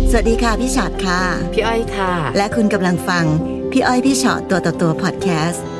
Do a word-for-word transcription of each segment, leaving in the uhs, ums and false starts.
สวัสดีค่ะพี่ชอตค่ะพี่อ้อยค่ะและคุณกำลังฟังพี่อ้อยพี่ชอตตัวต่อตัวพอดแคสต์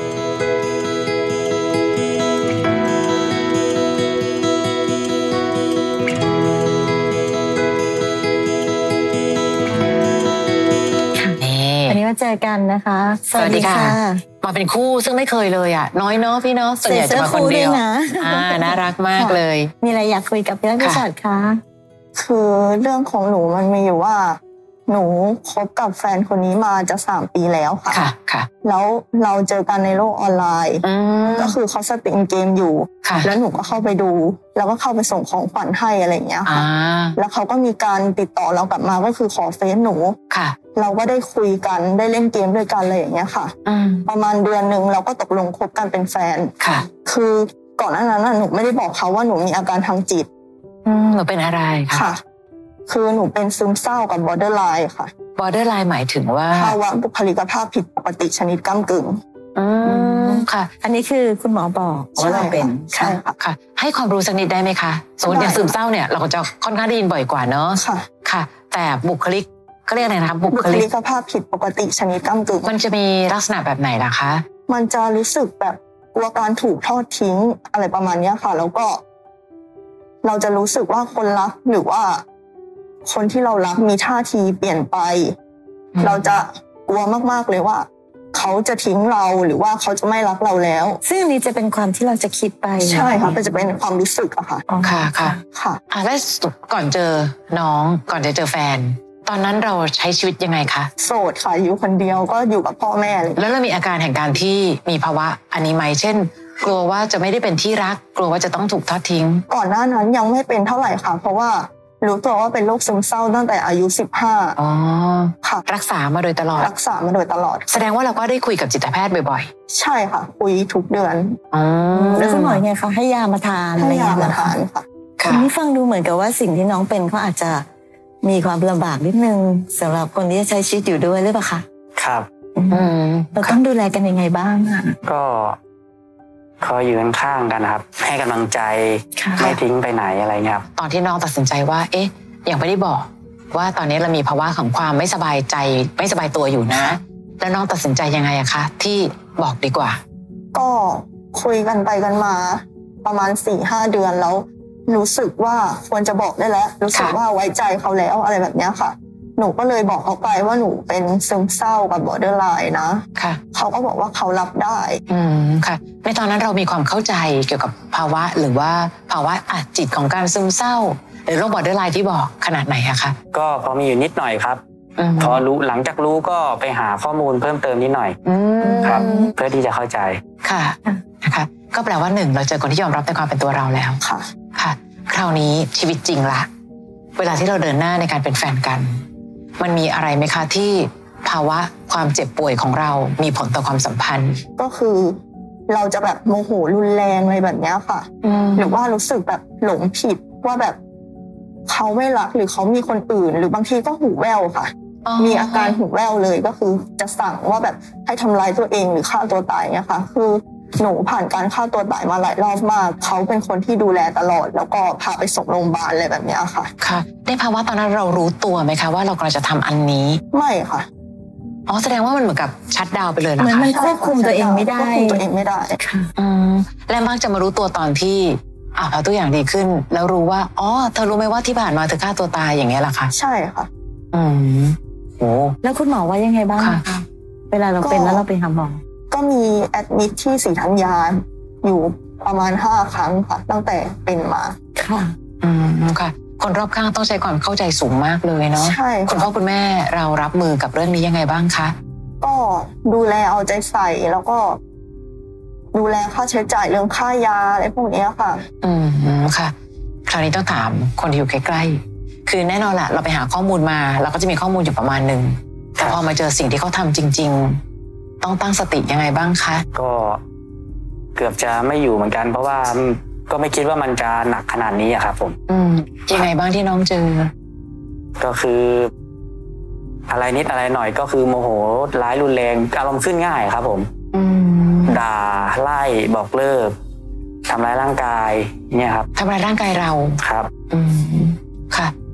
วันนี้มาเจอกันนะคะสวัสดีค่ะมาเป็นคู่ซึ่งไม่เคยเลยอ่ะน้อยเนาะพี่เนาะส่วนใหญ่จะมาคนเดียวนะอ่าน่ารักมากเลยมีอะไรอยากคุยกับพี่อ้อยพี่ชอตคะคือเรื่องของหนูมันมีอยู่ว่าหนูคบกับแฟนคนนี้มาจะสามปีแล้วค่ะค่ะค่ะแล้วเราเจอกันในโลกออนไลน์ก็คือเขาสตรีมเกมอยู่แล้วหนูก็เข้าไปดูแล้วก็เข้าไปส่งของขวัญให้อะไรอย่างเงี้ยค่ะแล้วเขาก็มีการติดต่อเรากลับมาก็คือขอเฟซหนูค่ะเราก็ได้คุยกันได้เล่นเกมด้วยกันอะไรอย่างเงี้ยค่ะประมาณเดือนนึงเราก็ตกลงคบกันเป็นแฟนค่ะคือก่อนหน้านั้นหนูไม่ได้บอกเขาว่าหนูมีอาการทางจิตหนูเป็นอะไรค่ะคือหนูเป็นซึมเศร้ากับ borderline ค่ะ borderline หมายถึงว่าภาวะบุคลิกภาพผิดปกติชนิดก้ำกึ่งอืมค่ะอันนี้คือคุณหมอบอกว่าเราเป็นใช่ค่ะค่ะให้ความรู้สักนิดได้ไหมคะสมมติอย่างซึมเศร้าเนี่ยเราก็จะค่อนข้างได้ยินบ่อยกว่าเนอะค่ะค่ะแต่บุคลิกก็เรียกอะไรนะคะบุคลิกภาพผิดปกติชนิดก้ำกึ่งมันจะมีลักษณะแบบไหนล่ะคะมันจะรู้สึกแบบกลัวการถูกทอดทิ้งอะไรประมาณนี้ค่ะแล้วก็เราจะรู้สึกว่าคนรักหรือว่าคนที่เรารักมีท่าทีเปลี่ยนไปเราจะกลัวมากๆเลยว่าเขาจะทิ้งเราหรือว่าเขาจะไม่รักเราแล้วซึ่งนี้จะเป็นความที่เราจะคิดไปใช่ค่ะมันจะเป็นความรู้สึกอะค่ะค่ะค่ะค่ะอ่ะแล้วก่อนเจอน้องก่อนจะเจอแฟนตอนนั้นเราใช้ชีวิตยังไงคะโสดค่ะอยู่คนเดียวก็อยู่กับพ่อแม่เลยแล้วเรามีอาการแห่งการที่มีภาวะอันนี้ไหมเช่นกลัวว่าจะไม่ได้เป็นที่รักกลัวว่าจะต้องถูกทอดทิ้งก่อนหน้านั้นยังไม่เป็นเท่าไหร่ค่ะเพราะว่ารู้ตัวว่าเป็นโรคซึมเศร้าตั้งแต่อายุสิบห้าอ๋อค่ะรักษามาโดยตลอดรักษามาโดยตลอดแสดงว่าเราก็ได้คุยกับจิตแพทย์บ่อยๆใช่ค่ะคุยทุกเดือนอ๋อแล้วคุณหมอไงคะให้ยามาทานให้ยามาทานค่ะทีนี้ฟังดูเหมือนกับว่าสิ่งที่น้องเป็นเขาอาจจะมีความลำบากนิดนึงสำหรับคนที่จะใช้ชีวิตอยู่ด้วยหรือเปล่าคะครับเราต้องดูแลกันยังไงบ้างอ่ะก็คอยอยู่ข้างๆกันครับให้กำลังใจไม่ทิ้งไปไหนอะไรเงี้ยครับตอนที่น้องตัดสินใจว่าเอ๊ะยังไม่ได้บอกว่าตอนนี้เรามีภาวะของความไม่สบายใจไม่สบายตัวอยู่นะแล้วน้องตัดสินใจยังไงอะคะที่บอกดีกว่าก็คุยกันไปกันมาประมาณ สี่ห้า เดือนแล้วรู้สึกว่าควรจะบอกได้แล้วรู้สึกว่าไว้ใจเขาแล้วอะไรแบบนี้ค่ะหนูก็เลยบอกเขาไปว่าหนูเป็นซึมเศร้ากับ borderline นะค่ะเขาก็บอกว่าเขารับได้อืมค่ะในตอนนั้นเรามีความเข้าใจเกี่ยวกับภาวะหรือว่าภาวะอ่ะจิตของการซึมเศร้าหรือโรค borderline ที่บอกขนาดไหนอะคะก็พอมีอยู่นิดหน่อยครับพอรู้หลังจากรู้ก็ไปหาข้อมูลเพิ่มเติมนิดหน่อยครับเพื่อที่จะเข้าใจค่ะนะคะก็แปลว่าหนึ่งเราเจอคนที่ยอมรับในความเป็นตัวเราแล้วค่ะค่ะคราวนี้ชีวิตจริงละเวลาที่เราเดินหน้าในการเป็นแฟนกันมันมีอะไรไหมคะที่ภาวะความเจ็บป่วยของเรามีผลต่อความสัมพันธ์ก็คือเราจะแบบโมโหรุนแรงอะไรแบบนี้ค่ะหรือว่ารู้สึกแบบหลงผิดว่าแบบเขาไม่รักหรือเขามีคนอื่นหรือบางทีก็หูแว่วค่ะมีอาการหูแว่วเลยก็คือจะสั่งว่าแบบให้ทำร้ายตัวเองหรือฆ่าตัวตายเนี่ยค่ะคือหนูผ่านการฆ่าตัวตายมาหลายรอบมากเขาเป็นคนที่ดูแลตลอดแล้วก็พาไปส่งโรงพยาบาลอะไรแบบนี้ค่ะค่ะในภาวะตอนนั้นเรารู้ตัวไหมคะว่าเรากำลังจะทำอันนี้ไม่ค่ะอ๋อแสดงว่ามันเหมือนกับชัตดาวน์ไปเลยนะคะเหมือนมันควบคุมตัวเองไม่ได้ควบคุมตัวเองไม่ได้ค่ะอืมและมักจะมารู้ตัวตอนที่อ่ะพอตัวอย่างดีขึ้นแล้วรู้ว่าอ๋อเธอรู้ไหมว่าที่ผ่านมาเธอฆ่าตัวตายอย่างเงี้ยล่ะคะใช่ค่ะอืมโอ้แล้วคุณหมอว่ายังไงบ้างคะเวลาเราเป็นแล้วเราไปหาหมอก็มีแอดมิทที่ศรีธัญญาอยู่ประมาณห้าครั้งค่ะตั้งแต่เป็นมาค่ะอืมค่ะคนรอบข้างต้องใช้ความเข้าใจสูงมากเลยเนาะใช่คุณพ่อคุณแม่เรารับมือกับเรื่องนี้ยังไงบ้างคะก็ดูแลเอาใจใส่แล้วก็ดูแลค่าใช้จ่ายเรื่องค่ายาอะไรพวกนี้ค่ะอืมค่ะคราวนี้ต้องถามคนที่อยู่ใกล้ๆคือแน่นอนแหละเราไปหาข้อมูลมาเราก็จะมีข้อมูลอยู่ประมาณนึงแต่พอมาเจอสิ่งที่เขาทำจริงๆต้องตั้งสติยังไงบ้างคะก็เกือบจะไม่อยู่เหมือนกันเพราะว่าก็ไม่คิดว่ามันจะหนักขนาดนี้อะครับผมอืมยังไงบ้างที่น้องเจอก็คืออะไรนิดอะไรหน่อยก็คือโมโหร้ายรุนแรงอารมณ์ขึ้นง่ายครับผมด่าไล่บอกเลิกทำร้ายร่างกายเนี่ยครับทำร้ายร่างกายเราครับอืมค่ะ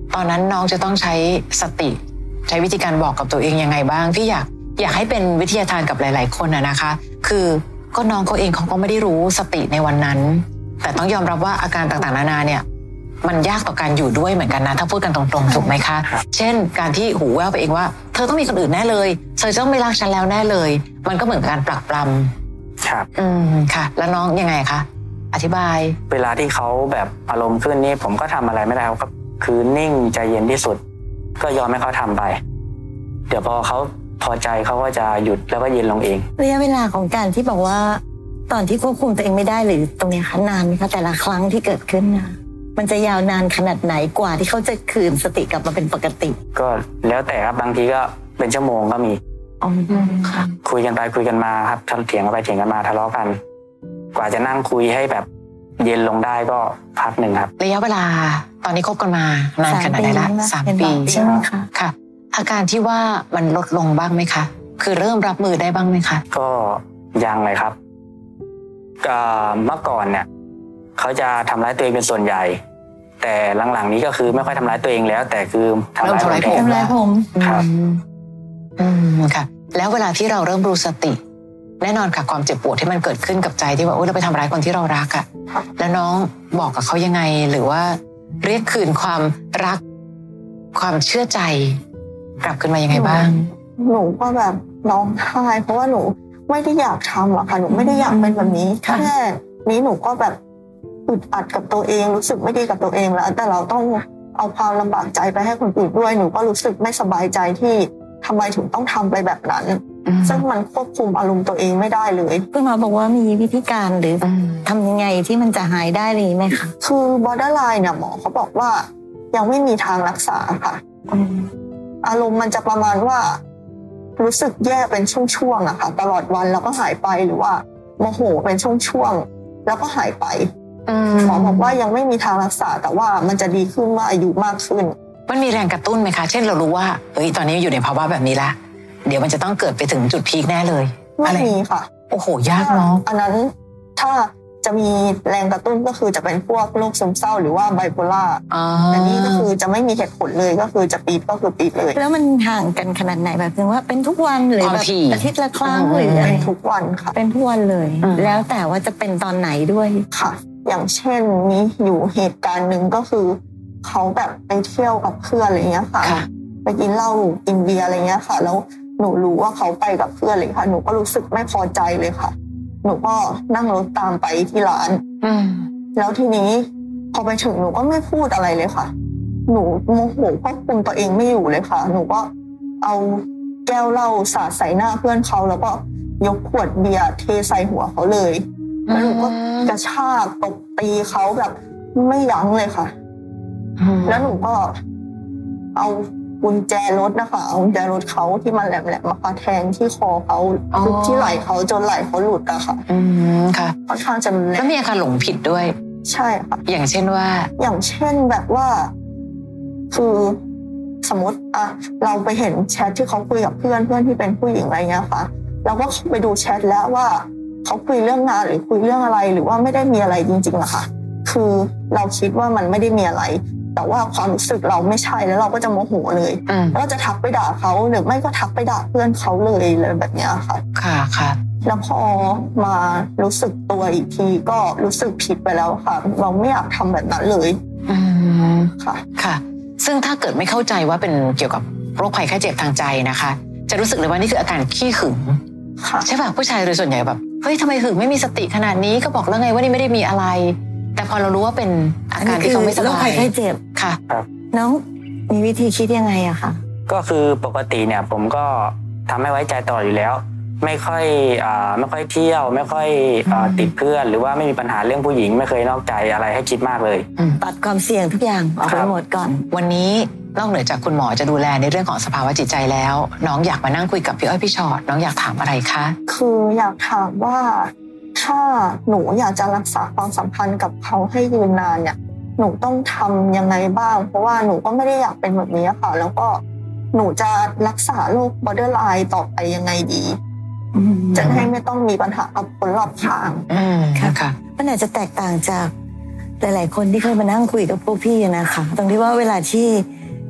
ตอนนั้นน้องจะต้องใช้สติใช้วิธีการบอกกับตัวเองยังไงบ้างพี่อยากอยากให้เป็นวิทยาทานกับหลายๆคนอะนะคะคือก็น้องเขาเองเขาก็ไม่ได้รู้สติในวันนั้นแต่ต้องยอมรับว่าอาการต่างๆนานาเนี่ยมันยากต่อการอยู่ด้วยเหมือนกันนะถ้าพูดกันตรงๆถูกไหมคะเช่นการที่หูแว่วไปเองว่าเธอต้องมีคนอื่นแน่เลยเธอต้องไม่รักฉันแล้วแน่เลยมันก็เหมือนการปลักปลำครับอืมค่ะแล้วน้องยังไงคะอธิบายเวลาที่เขาแบบอารมณ์ขึ้นนี่ผมก็ทำอะไรไม่ได้ครับคือนิ่งใจเย็นที่สุดก็ยอมให้เขาทำไปเดี๋ยวพอเขาพอใจเขาก็จะหยุดแล้วก็เย็นลงเองระยะเวลาของการที่บอกว่าตอนที่ควบคุมตัวเองไม่ได้หรือตรงนี้คะนานไหมคะแต่ละครั้งที่เกิดขึ้นนะมันจะยาวนานขนาดไหนกว่าที่เขาจะคืนสติกลับมาเป็นปกติก็แล้วแต่ครับบางทีก็เป็นชั่วโมงก็มีอ๋อค่ะคุยกันไปคุยกันมาครับเถียงกันไปเถียงกันมาทะเลาะกันกว่าจะนั่งคุยให้แบบเย็นลงได้ก็พักหนึ่งครับระยะเวลาตอนนี้คบกันมานานขนาดไหนละสามปีใช่ไหมคะค่ะอาการที่ว่ามันลดลงบ้างไหมคะคือเริ่มรับมือได้บ้างไหมคะก็ยังเลยครับก็เมื่อก่อนเนี่ยเขาจะทำร้ายตัวเองเป็นส่วนใหญ่แต่หลังๆนี้ก็คือไม่ค่อยทำร้ายตัวเองแล้วแต่คือทำร้ายผมทำร้ายผมครับอืมค่ะแล้วเวลาที่เราเริ่มรู้สติแน่นอนค่ะความเจ็บปวดที่มันเกิดขึ้นกับใจที่ว่าโอ๊ยเราไปทำร้ายคนที่เรารักอะแล้วน้องบอกกับเขายังไงหรือว่าเรียกคืนความรักความเชื่อใจกลับขึ้นมายังไงบ้างหนูก็แบบร้องไห้เพราะว่าหนูไม่ได้อยากทำหรอกค่ะหนูไม่ได้อยากเป็นแบบนี้แค่นี้หนูก็แบบอึดอัดกับตัวเองรู้สึกไม่ดีกับตัวเองแล้วแต่เราต้องเอาความลำบากใจไปให้คนอื่นด้วยหนูก็รู้สึกไม่สบายใจที่ทำไมถึงต้องทำไปแบบนั้นซึ่งมันควบคุมอารมณ์ตัวเองไม่ได้เลยคุณหมอบอกว่ามีวิธีการหรือทำยังไงที่มันจะหายได้เลยไหมคะคือ borderline เนี่ยหมอเขาบอกว่ายังไม่มีทางรักษาค่ะอารมณ์มันจะประมาณว่ารู้สึกแย่เป็นช่วงๆอะค่ะตลอดวันแล้วก็หายไปหรือว่าโมโหเป็นช่วงๆแล้วก็หายไปหมอบอกว่ายังไม่มีทางรักษาแต่ว่ามันจะดีขึ้นเมื่ออายุมากขึ้นมันมีแรงกระตุ้นไหมคะเช่นเรารู้ว่าเฮ้ยตอนนี้อยู่ในภาวะแบบนี้ละเดี๋ยวมันจะต้องเกิดไปถึงจุดพีคแน่เลยไม่มีค่ะโอ้โหยากเนาะอันนั้นถ้าจะมีแรงกระตุ้นก็คือจะเป็นพวกโรคซึมเศร้าหรือว่าไบโพล่าอันนี้ก็คือจะไม่มีเหตุผลเลยก็คือจะปี๊ดก็คือปี๊ดเลยแล้วมันห่างกันขนาดไหนแบบนึงว่าเป็นทุกวันหรือแบบอาทิตย์ละครั้งหรือเป็นทุกวันค่ะเป็นทุกวันเลยแล้วแต่ว่าจะเป็นตอนไหนด้วยค่ะอย่างเช่นนี้อยู่เหตุการณ์หนึ่งก็คือเขาแบบไปเที่ยวกับเพื่อนอะไรเงี้ยค่ะไปกินเหล้ากินเบียร์อะไรเงี้ยค่ะแล้วหนูรู้ว่าเขาไปกับเพื่อนเลยค่ะหนูก็รู้สึกไม่พอใจเลยค่ะหนูก็นั่งรถตามไปที่ร้านแล้วทีนี้พอไปถึงหนูก็ไม่พูดอะไรเลยค่ะหนูโมโหควบคุมตัวเองไม่อยู่เลยค่ะหนูก็เอาแก้วเหล้าสาดใส่หน้าเพื่อนเขาแล้วก็ยกขวดเบียร์เทใส่หัวเขาเลยแล้วหนูก็กระชากตบตีเขาแบบไม่ยั้งเลยค่ะแล้วหนูก็เอากุญแจรถนะคะเอากุญแจรถเขาที่มันแหลมๆมาแทงที่คอเขาที่ไหล่เขาจนไหล่เขาหลุดอะค่ะอืมค่ะค่อนข้างจะแรงแล้วมีอาการหลงผิดด้วยใช่ค่ะอย่างเช่นว่าอย่างเช่นแบบว่าคือสมมติอะเราไปเห็นแชทที่เขาคุยกับเพื่อนเพื่อนที่เป็นผู้หญิงอะไรเงี้ยค่ะเราก็ไปดูแชทแล้วว่าเขาคุยเรื่องงานหรือคุยเรื่องอะไรหรือว่าไม่ได้มีอะไรจริงๆอะค่ะคือเราคิดว่ามันไม่ได้มีอะไรแต่ว่าความรู้สึกเราไม่ใช่แล้วเราก็จะโมโหเลยแล้วจะทักไปด่าเขาหรือไม่ก็ทักไปด่าเพื่อนเขาเลยเลยแบบนี้ค่ะค่ะค่ะแล้วพอมารู้สึกตัวอีกทีก็รู้สึกผิดไปแล้วค่ะเราไม่อยากทำแบบนั้นเลยอืมค่ะค่ะซึ่งถ้าเกิดไม่เข้าใจว่าเป็นเกี่ยวกับโรคภัยไข้เจ็บทางใจนะคะจะรู้สึกเลยว่านี่คืออาการขี้หึงใช่ป่ะผู้ชายโดยส่วนใหญ่แบบเฮ้ยทำไมหึงไม่มีสติขนาดนี้ก็บอกแล้วไงว่านี่ไม่ได้มีอะไรแต่พอเรารู้ว่าเป็นอาการที่เขาไม่สบายโรคภัยไข้เจ็บค่ะน้องมีวิธีคิดยังไงอะคะก็คือปกติเนี่ยผมก็ทำให้ไว้ใจต่ออยู่แล้วไม่ค่อยอ่าไม่ค่อยเที่ยวไม่ค่อยอ่าติดเพื่อนหรือว่าไม่มีปัญหาเรื่องผู้หญิงไม่เคยนอกใจอะไรให้คิดมากเลยตัดความเสี่ยงทุกอย่างออกไปหมดก่อนวันนี้นอกเหนือจากคุณหมอจะดูแลในเรื่องของสภาวะจิตใจแล้วน้องอยากมานั่งคุยกับพี่อ้อยพี่ชอตน้องอยากถามอะไรคะคืออยากถามว่าถ้าหนูอยากจะรักษาความสัมพันธ์กับเขาให้ยืนนานเนี่ยหนูต้องทำยังไงบ้างเพราะว่าหนูก็ไม่ได้อยากเป็นแบบนี้ค่ะแล้วก็หนูจะรักษาโรค borderline ต่อไปยังไงดีจะให้ไม่ต้องมีปัญหากับคนรอบข้างค่ะมันอาจจะแตกต่างจากหลายๆคนที่เคยมานั่งคุยกับพวกพี่นะคะตรงที่ว่าเวลาที่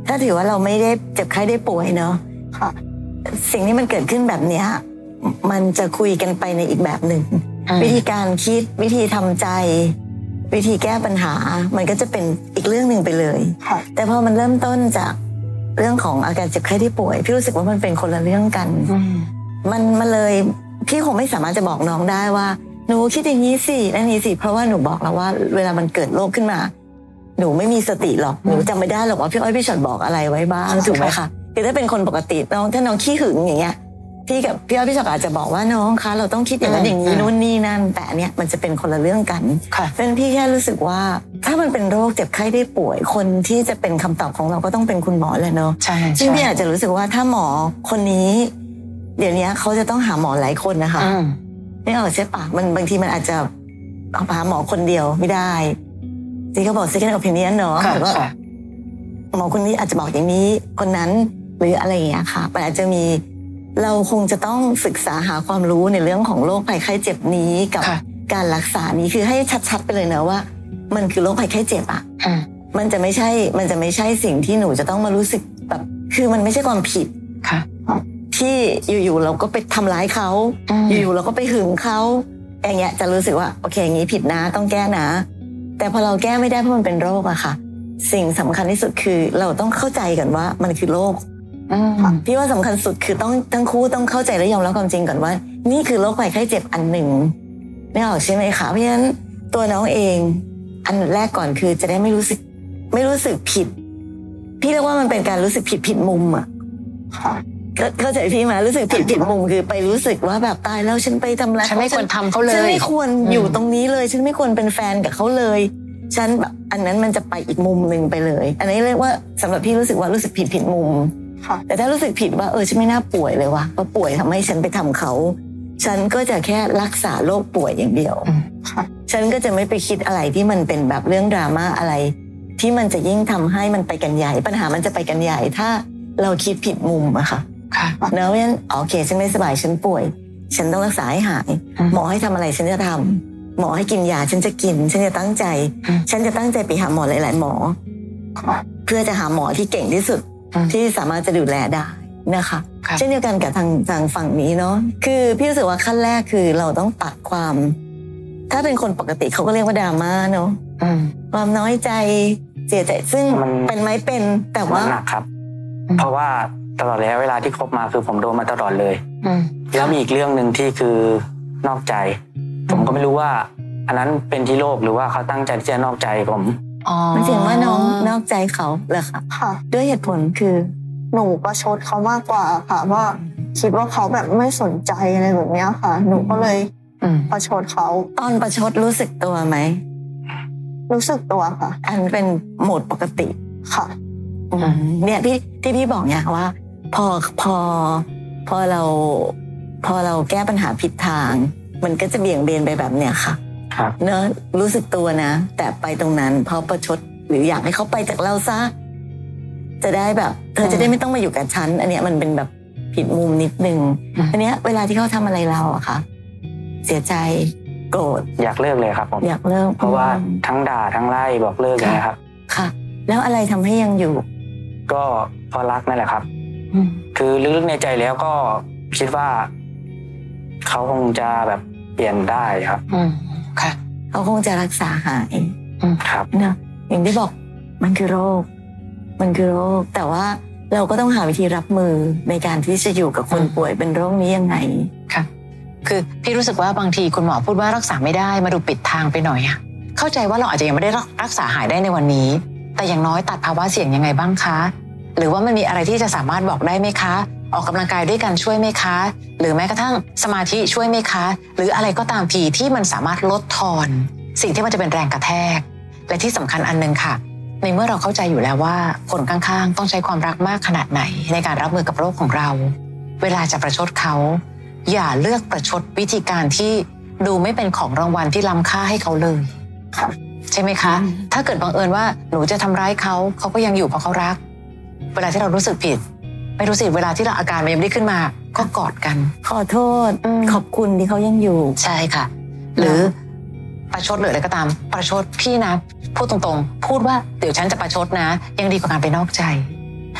ถ้าถือว่าเราไม่ได้เจ็บไข้ได้ป่วยเนาะค่ะสิ่งที่มันเกิดขึ้นแบบเนี้ยมันจะคุยกันไปในอีกแบบหนึ่งวิธีการคิดวิธีทำใจวิธีแก้ปัญหามันก็จะเป็นอีกเรื่องหนึ่งไปเลยค่ะแต่พอมันเริ่มต้นจากเรื่องของอาการเจ็บไข้ได้ป่วยพี่รู้สึกว่ามันเป็นคนละเรื่องกันมันมาเลยพี่คงไม่สามารถจะบอกน้องได้ว่าหนูคิดอย่างนี้สินั่นนี้สิเพราะว่าหนูบอกแล้วว่าเวลามันเกิดโรคขึ้นมาหนูไม่มีสติหรอกหนูจำไม่ได้หรอกว่าพี่อ้อยพี่ชอตบอกอะไรไว้บ้างถูกไหมคะคือถ้าเป็นคนปกติน้องถ้าน้องขี้หึงอย่างเงี้ยพี่กับพี่อ้อยพี่ชอตอาจจะบอกว่าน้องคะเราต้องคิดอย่างนั้นอย่างนี้นู่นนี่นั่นแต่อันเนี้ยมันจะเป็นคนละเรื่องกันเพราะฉะนั้นพี่แค่รู้สึกว่าถ้ามันเป็นโรคเจ็บไข้ได้ป่วยคนที่จะเป็นคำตอบของเราก็ต้องเป็นคุณหมอแหละเนาะใช่ซึ่งพี่อาจจะรู้สึกว่าถ้าหมอคนนี้เดี๋ยวนี้เขาจะต้องหาหมอหลายคนนะคะไม่ออกใช่ปะมันบางทีมันอาจจะเอาหาหมอคนเดียวไม่ได้ที่เขาบอก second opinion เนาะแต่ว่าหมอคนนี้อาจจะบอกอย่างนี้คนนั้นหรืออะไรอย่างเงี้ยค่ะมันอาจจะมีเราคงจะต้องศึกษาหาความรู้ในเรื่องของโรคภัยไข้เจ็บนี้กับการรักษานี้คือให้ชัดๆไปเลยนะว่ามันคือโรคภัยไข้เจ็บอ่ะมันจะไม่ใช่มันจะไม่ใช่สิ่งที่หนูจะต้องมารู้สึกแบบคือมันไม่ใช่ความผิดที่อยู่ๆเราก็ไปทำร้ายเขาอยู่ๆเราก็ไปหึงเขาอย่างเงี้ยจะรู้สึกว่าโอเคอย่างนี้ผิดนะต้องแก้นะแต่พอเราแก้ไม่ได้เพราะมันเป็นโรคอะค่ะสิ่งสำคัญที่สุดคือเราต้องเข้าใจกันว่ามันคือโรคพี่ว่าสำคัญสุดคือต้องทั้งคู่ต้องเข้าใจและยอมรับความจริงก่อนว่านี่คือโรคภัยไข้เจ็บอันหนึ่งไม่ออกใช่ไหมคะเพราะฉะนั้นตัวน้องเองอันแรกก่อนคือจะได้ไม่รู้สึกไม่รู้สึกผิดพี่เรียกว่ามันเป็นการรู้สึกผิดผิดมุมอะเข้าใจพี่มารู้สึกผิดผิดมุมคือไปรู้สึกว่าแบบตายแล้วฉันไปทำร้ายฉันไม่ควรทำเขาเลยฉันไม่ควรอยู่ตรงนี้เลยฉันไม่ควรเป็นแฟนกับเขาเลยฉันแบบอันนั้นมันจะไปอีกมุมนึงไปเลยอันนี้เรียกว่าสำหรับพี่รู้สึกว่ารู้สึกผิดผิดมุมแต่ถ้ารู้สึกผิดว่าเออฉันไม่น่าป่วยเลยว่ะเพราะป่วยทำให้ฉันไปทำเขาฉันก็จะแค่รักษาโรคป่วยอย่างเดียวฉันก็จะไม่ไปคิดอะไรที่มันเป็นแบบเรื่องดราม่าอะไรที่มันจะยิ่งทำให้มันไปกันใหญ่ปัญหามันจะไปกันใหญ่ถ้าเราคิดผิดมุมอะค่ะเนอะเพราะฉะนั้นโอเคฉันไม่สบายฉันป่วยฉันต้องรักษาให้หายหมอให้ทำอะไรฉันจะทำหมอให้กินยาฉันจะกินฉันจะตั้งใจฉันจะตั้งใจไปหาหมอหลายๆหมอเพื่อจะหาหมอที่เก่งที่สุดที่สามารถจะดูแลได้นะคะเช่นเดียวกันกับทางทางฝั่งนี้เนาะคือพี่รู้สึกว่าขั้นแรกคือเราต้องตัดความถ้าเป็นคนปกติเขาก็เรียกว่าดราม่าเนาะความน้อยใจเสียใจซึ่งเป็นไหมเป็นแต่ว่าหนักครับเพราะว่าตลอดระยะเวลาที่คบมาคือผมโดนมาตลอดเลยแล้วมีอีกเรื่องหนึ่งที่คือนอกใจผมก็ไม่รู้ว่าอันนั้นเป็นที่โลภหรือว่าเขาตั้งใจที่จะนอกใจผมมันเสียงว่าน้องนอกใจเขาเหรอคะค่ะด้วยเหตุผลคือหนูประชดเขามากกว่าค่ะว่าคิดว่าเขาแบบไม่สนใจอะไรแบบนี้ค่ะหนูก็เลยประชดเขาตอนประชดรู้สึกตัวไหมรู้สึกตัวค่ะอันเป็นโหมดปกติค่ะเนี่ยพี่ที่พี่บอกเนี่ยว่าพอพอพอเราพอเราแก้ปัญหาผิดทางมันก็จะเบี่ยงเบนไปแบบเนี้ยค่ะเนอะรู้สึกตัวนะแต่ไปตรงนั้นเพราะประชดหรืออยากให้เขาไปจากเราซะจะได้แบบเธอจะได้ไม่ต้องมาอยู่กับฉันอันเนี้ยมันเป็นแบบผิดมุมนิดนึงอันเนี้ยเวลาที่เขาทำอะไรเราอะค่ะเสียใจโกรธอยากเลิกเลยครับผมอยากเลิกเพราะว่าทั้งด่าทั้งไล่บอกเลิกอย่างเงี้ยครับค่ะแล้วอะไรทำให้ยังอยู่ก็เพราะรักนั่นแหละครับคือลึกๆในใจแล้วก็คิดว่าเขาคงจะแบบเปลี่ยนได้ครับค่ะเขาคงจะรักษาหายครับเนอะอย่างที่บอกมันคือโรคมันคือโรคแต่ว่าเราก็ต้องหาวิธีรับมือในการที่จะอยู่กับคนป่วยเป็นโรคนี้ยังไงค่ะคือพี่รู้สึกว่าบางทีคุณหมอพูดว่ารักษาไม่ได้มาดูปิดทางไปหน่อยอะเข้าใจว่าเราอาจจะยังไม่ได้รักษาหายได้ในวันนี้แต่อย่างน้อยตัดภาวะเสี่ยงยังไงบ้างคะหรือว่ามันมีอะไรที่จะสามารถบอกได้ไหมคะออกกำลังกายด้วยกันช่วยไหมคะหรือแม้กระทั่งสมาธิช่วยไหมคะหรืออะไรก็ตามทีที่มันสามารถลดทอนสิ่งที่มันจะเป็นแรงกระแทกและที่สำคัญอันนึงค่ะในเมื่อเราเข้าใจอยู่แล้วว่าคนข้างๆต้องใช้ความรักมากขนาดไหนในการรับมือกับโรคของเราเวลาจะประชดเขาอย่าเลือกประชดวิธีการที่ดูไม่เป็นของรางวัลที่ล้ำค่าให้เขาเลยใช่ไหมคะถ้าเกิดบังเอิญว่าหนูจะทำร้ายเขาเขาก็ยังอยู่เพราะเขารักเวลาที่เรารู้สึกผิดไม่รู้สิเวลาที่เราอาการมันยังไม่ได้ขึ้นมาก็กอดกันขอโทษขอบคุณที่เขายังอยู่ใช่ค่ะหรือประชดหรืออะไรก็ตามประชดพี่นะพูดตรงๆพูดว่าเดี๋ยวฉันจะประชดนะยังดีกว่าการไปนอกใจ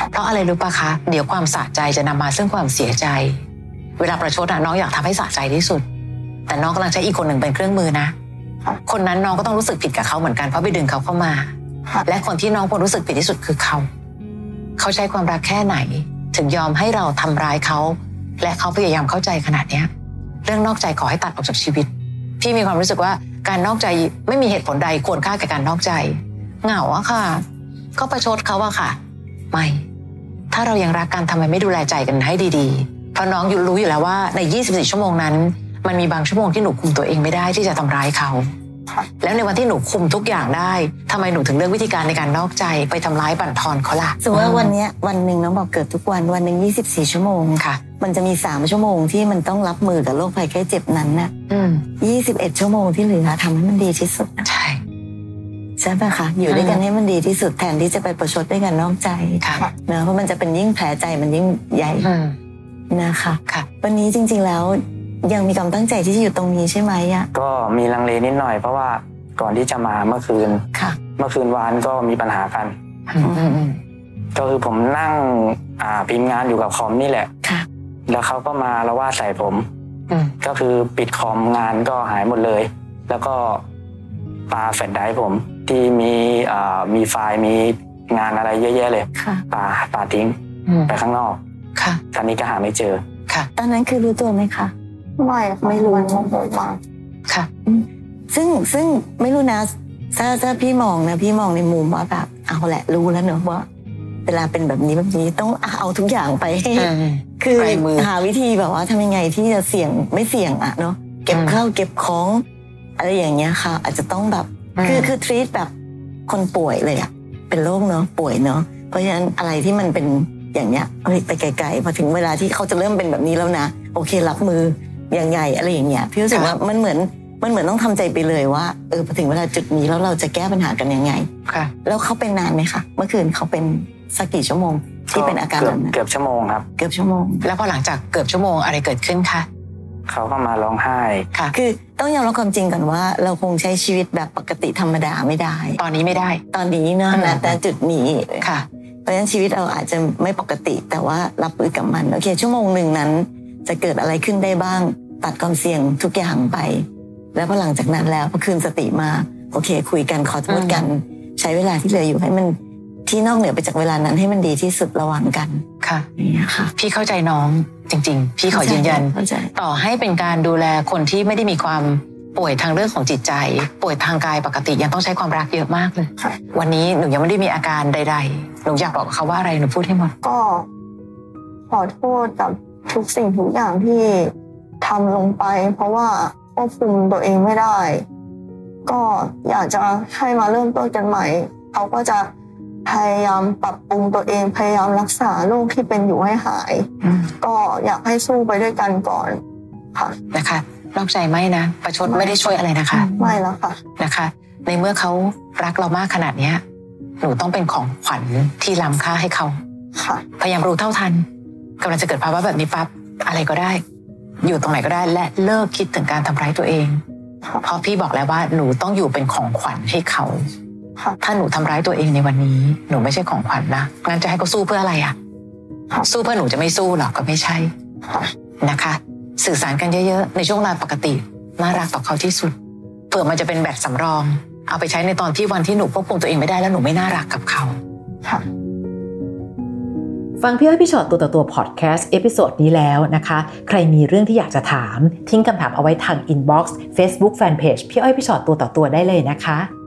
เพราะอะไรรู้ปะคะเดี๋ยวความสะใจจะนำมาซึ่งความเสียใจเวลาประชดอะน้องอยากทำให้สะใจที่สุดแต่น้องกำลังใช้อีกคนหนึ่งเป็นเครื่องมือนะคนนั้นน้องก็ต้องรู้สึกผิดกับเขาเหมือนกันเพราะไปดึงเขาเข้ามาและคนที่น้องควรรู้สึกผิดที่สุดคือเขาเขาใช้ความรักแค่ไหนถึงยอมให้เราทำร้ายเขาและเขาพยายามเข้าใจขนาดเนี้ยเรื่องนอกใจขอให้ตัดออกจากชีวิตพี่มีความรู้สึกว่าการนอกใจไม่มีเหตุผลใดควรค่าแก่การนอกใจเหงาอะค่ะก็ประชดเขาอะค่ะไม่ถ้าเรายังรักกันทำไมไม่ดูแลใจกันให้ดีๆเพราะน้องรู้อยู่แล้วว่าในยี่สิบสี่ชั่วโมงนั้นมันมีบางชั่วโมงที่หนูคุมตัวเองไม่ได้ที่จะทำร้ายเขาแล้วในวันที่หนูคุมทุกอย่างได้ทำไมหนูถึงเลือกวิธีการในการนอกใจไปทำร้ายบั่นทอนเขาล่ะสมมติว่าวันนี้วันหนึ่งน้องบอกเกิดทุกวันวันหนึ่งยี่สิบสี่ชั่วโมงค่ะมันจะมีสามชั่วโมงที่มันต้องรับมือกับโรคภัยไข้เจ็บนั้นน่ะยี่สิบเอ็ดชั่วโมงที่เหลือทำให้มันดีที่สุดใช่ใช่ป่ะคะอยู่ด้วยกันให้มันดีที่สุดแทนที่จะไปประชดด้วยกันนอกใจเนอะเพราะมันจะเป็นยิ่งแผลใจมันยิ่งใหญ่นะคะวันนี้จริงๆแล้วยังมีความตั้งใจที่จะอยู่ตรงนี้ใช่ไหมอ่ะก็มีลังเลนิดหน่อยเพราะว่าก่อนที่จะมาเมื่อคืนเมื่อคืนวานก็มีปัญหากันก็คือผมนั่งอ่าพิมพ์งานอยู่กับคอมนี่แหละแล้วเขาก็มาละว่าใส่ผมก็คือปิดคอมงานก็หายหมดเลยแล้วก็ปาแฟลชไดรฟ์ผมที่มีอ่ามีไฟล์มีงานอะไรเยอะแยะเลยปาปาทิ้งไปข้างนอกตอนนี้ก็หาไม่เจอตอนนั้นคือรู้ตัวไหมคะไม่ไม่รู้มันโมโหมากค่ะซึ่งซึ่งไม่รู้นะถ้าถ้าพี่มองนะพี่มองในมุมว่าแบบเอาแหละรู้แล้วเนอะว่าเวลาเป็นแบบนี้แบบนี้ต้องเอาทุกอย่างไปคือหาวิธีแบบว่าทำยังไงที่จะเสี่ยงไม่เสี่ยงอะเนาะเก็บข้าวเก็บของอะไรอย่างเงี้ยค่ะอาจจะต้องแบบคือคือทรีตแบบคนป่วยเลยอะเป็นโรคเนาะป่วยเนาะเพราะฉะนั้นอะไรที่มันเป็นอย่างเงี้ยไปไกลๆพอถึงเวลาที่เขาจะเริ่มเป็นแบบนี้แล้วนะโอเครับมืออย่างใหญ่อะไรอย่างเงี้ยพี่รู้สึกว่ามันเหมือนมันเหมือนต้องทำใจไปเลยว่าเออพอถึงเวลาจุดนี้แล้วเราจะแก้ปัญหากันยังไงค่ะแล้วเขาเป็นนานไหมคะเมื่อคืนเขาเป็นสักกี่ชั่วโมงที่เป็นอาการแบบนั้นเกือบชั่วโมงครับเกือบชั่วโมงแล้วพอหลังจากเกือบชั่วโมงอะไรเกิดขึ้นคะเขาก็มาร้องไห้ค่ะคือต้องยอมรับความจริงก่อนว่าเราคงใช้ชีวิตแบบปกติธรรมดาไม่ได้ตอนนี้ไม่ได้ตอนนี้เนาะนะแต่จุดนี้ค่ะเพราะฉะนั้นชีวิตเราอาจจะไม่ปกติแต่ว่ารับมือกับมันโอเคชั่วโมงหนึ่งนั้นจะเกิดอะไรขึ้นได้บ้างตัดความเสี่ยงทุกอย่างไปแล้วพอหลังจากนั้นแล้วพอคืนสติมาโอเคคุยกันขอโทษกันใช้เวลาที่เหลืออยู่ให้มันที่นอกเหนือไปจากเวลานั้นให้มันดีที่สุดระหว่างกันค่ะนี่ค่ะพี่เข้าใจน้องจริงๆพี่ขอยืนยันต่อให้เป็นการดูแลคนที่ไม่ได้มีความป่วยทางเรื่องของจิตใจป่วยทางกายปกติยังต้องใช้ความรักเยอะมากเลยวันนี้หนูยังไม่ได้มีอาการใดๆหนูอยากบอกเขาว่าอะไรหนูพูดให้หมดก็ขอโทษกับทุกสิ่งทุกอย่างที่ทำลงไปเพราะว่าควบคุมตัวเองไม่ได้ก็อยากจะให้มาเริ่มต้นกันใหม่เขาก็จะพยายามปรับปรุงตัวเองพยายามรักษาโรคที่เป็นอยู่ให้หายก็อยากให้สู้ไปด้วยกันก่อนค่ะนะคะนอกใจไม่นะประชดไม่ได้ช่วยอะไรนะคะไม่แล้วค่ะนะคะในเมื่อเขารักเรามากขนาดนี้หนูต้องเป็นของขวัญที่ล้ำค่าให้เขาค่ะพยายามรู้เท่าทันกำลังจะเกิดภาวะแบบนี้ปั๊บอะไรก็ได้อยู่ตรงไหนก็ได้และเลิกคิดถึงการทำร้ายตัวเองเพราะพี่บอกแล้วว่าหนูต้องอยู่เป็นของขวัญให้เขาถ้าหนูทำร้ายตัวเองในวันนี้หนูไม่ใช่ของขวัญนะงั้นจะให้เขาสู้เพื่ออะไรอ่ะสู้เพื่อหนูจะไม่สู้หรอกก็ไม่ใช่นะคะสื่อสารกันเยอะๆในช่วงเวลาปกติน่ารักต่อเขาที่สุดเผื่อมันจะเป็นแบตสำรองเอาไปใช้ในตอนที่วันที่หนูควบคุมตัวเองไม่ได้แล้วหนูไม่น่ารักกับเขาฟังพี่อ้อยพี่ชอตตัวต่อตัวพอดแคสต์เอพิโซดนี้แล้วนะคะใครมีเรื่องที่อยากจะถามทิ้งคำถามเอาไว้ทางอินบ็อกซ์ Facebook Fanpage พี่อ้อยพี่ชอตตัวต่อตัวได้เลยนะคะ